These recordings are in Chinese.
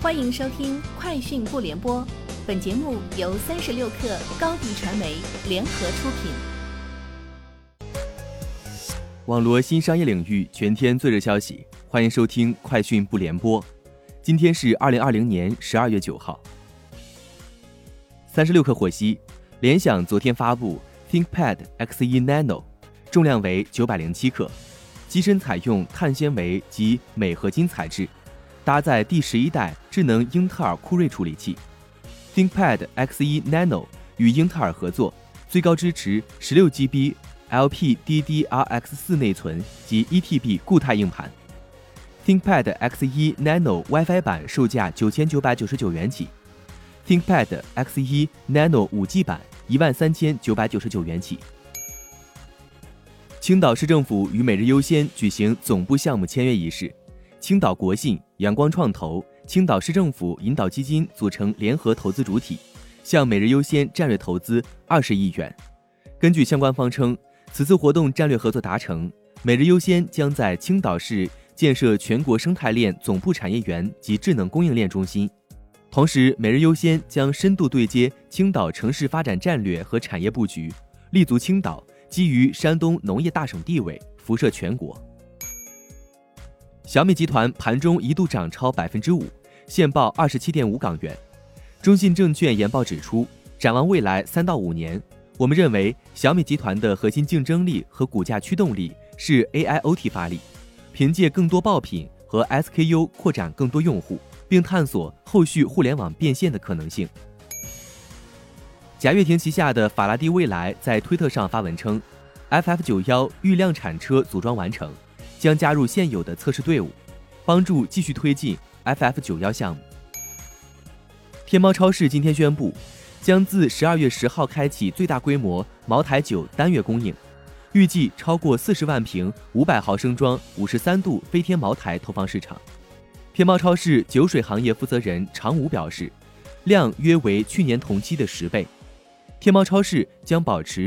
欢迎收听快讯不联播，本节目由36克高迪传媒联合出品。 网罗新商业领域全天最热消息，欢迎收听快讯不联播。今天是2020年12月9号。36克获悉，联想昨天发布 ThinkPad X1 Nano， 重量为907克，机身采用碳纤维及镁合金材质，搭载第11代智能英特尔酷睿处理器。ThinkPad X1 Nano 与英特尔合作，最高支持 16GB LPDDR4 内存及 1TB 固态硬盘。ThinkPad X1 Nano WiFi 版售价9999元起， ThinkPad X1 Nano 5G 版13999元起。青岛市政府与每日优先举行总部项目签约仪式，青岛国信、阳光创投、青岛市政府引导基金组成联合投资主体，向每日优先战略投资20亿元。根据相关方称，此次活动战略合作达成，每日优先将在青岛市建设全国生态链总部产业园及智能供应链中心。同时，每日优先将深度对接青岛城市发展战略和产业布局，立足青岛基于山东农业大省地位，辐射全国。小米集团盘中一度涨超 5%， 现报 27.5 港元。中信证券研报指出，展望未来3到5年，我们认为小米集团的核心竞争力和股价驱动力是 AIoT 发力，凭借更多爆品和 SKU 扩展更多用户，并探索后续互联网变现的可能性。贾跃亭旗下的法拉第未来在推特上发文称， FF91 预量产车组装完成，将加入现有的测试队伍，帮助继续推进 FF91 项目。天猫超市今天宣布，将自12月10号开启最大规模茅台酒单月供应，预计超过40万瓶500毫升装53度飞天茅台投放市场。天猫超市酒水行业负责人常武表示，量约为去年同期的10倍。天猫超市将保持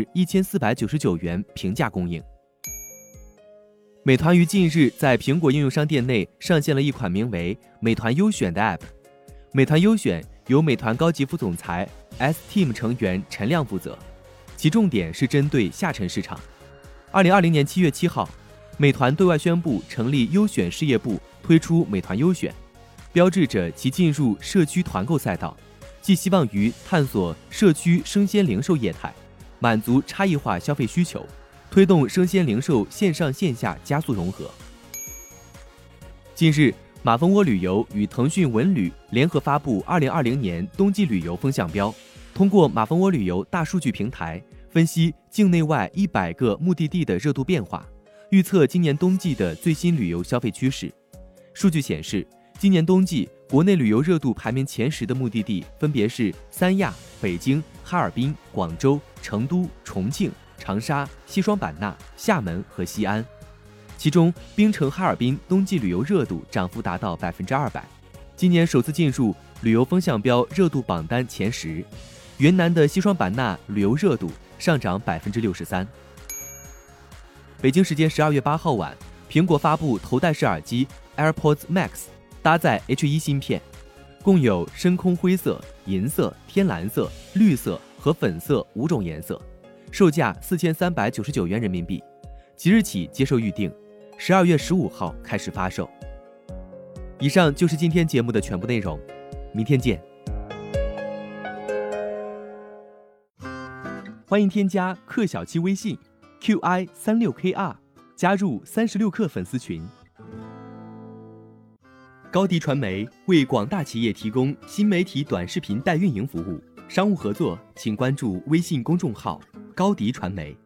1499元平价供应。美团于近日在苹果应用商店内上线了一款名为美团优选的 App。 美团优选由美团高级副总裁 S-Team 成员陈亮负责，其重点是针对下沉市场。2020年7月7号，美团对外宣布成立优选事业部，推出美团优选，标志着其进入社区团购赛道，寄希望于探索社区生鲜零售业态，满足差异化消费需求，推动生鲜零售线上线下加速融合。近日，马蜂窝旅游与腾讯文旅联合发布2020年冬季旅游风向标，通过马蜂窝旅游大数据平台分析境内外100个目的地的热度变化，预测今年冬季的最新旅游消费趋势。数据显示，今年冬季国内旅游热度排名前10的目的地分别是三亚、北京、哈尔滨、广州、成都、重庆、长沙、西双版纳、厦门和西安。其中，槟城哈尔滨冬季旅游热度涨幅达到200%，今年首次进入旅游风向标热度榜单前10。云南的西双版纳旅游热度上涨 63%。北京时间12月8号晚，苹果发布头戴式耳机 AirPods Max， 搭载 H1 芯片，共有深空灰色、银色、天蓝色、绿色和粉色5种颜色，售价4399元人民币，即日起接受预定，12月15号开始发售。以上就是今天节目的全部内容，明天见。欢迎添加克小七微信 QI36KR， 加入36克粉丝群。高迪传媒为广大企业提供新媒体短视频代运营服务，商务合作请关注微信公众号高迪传媒。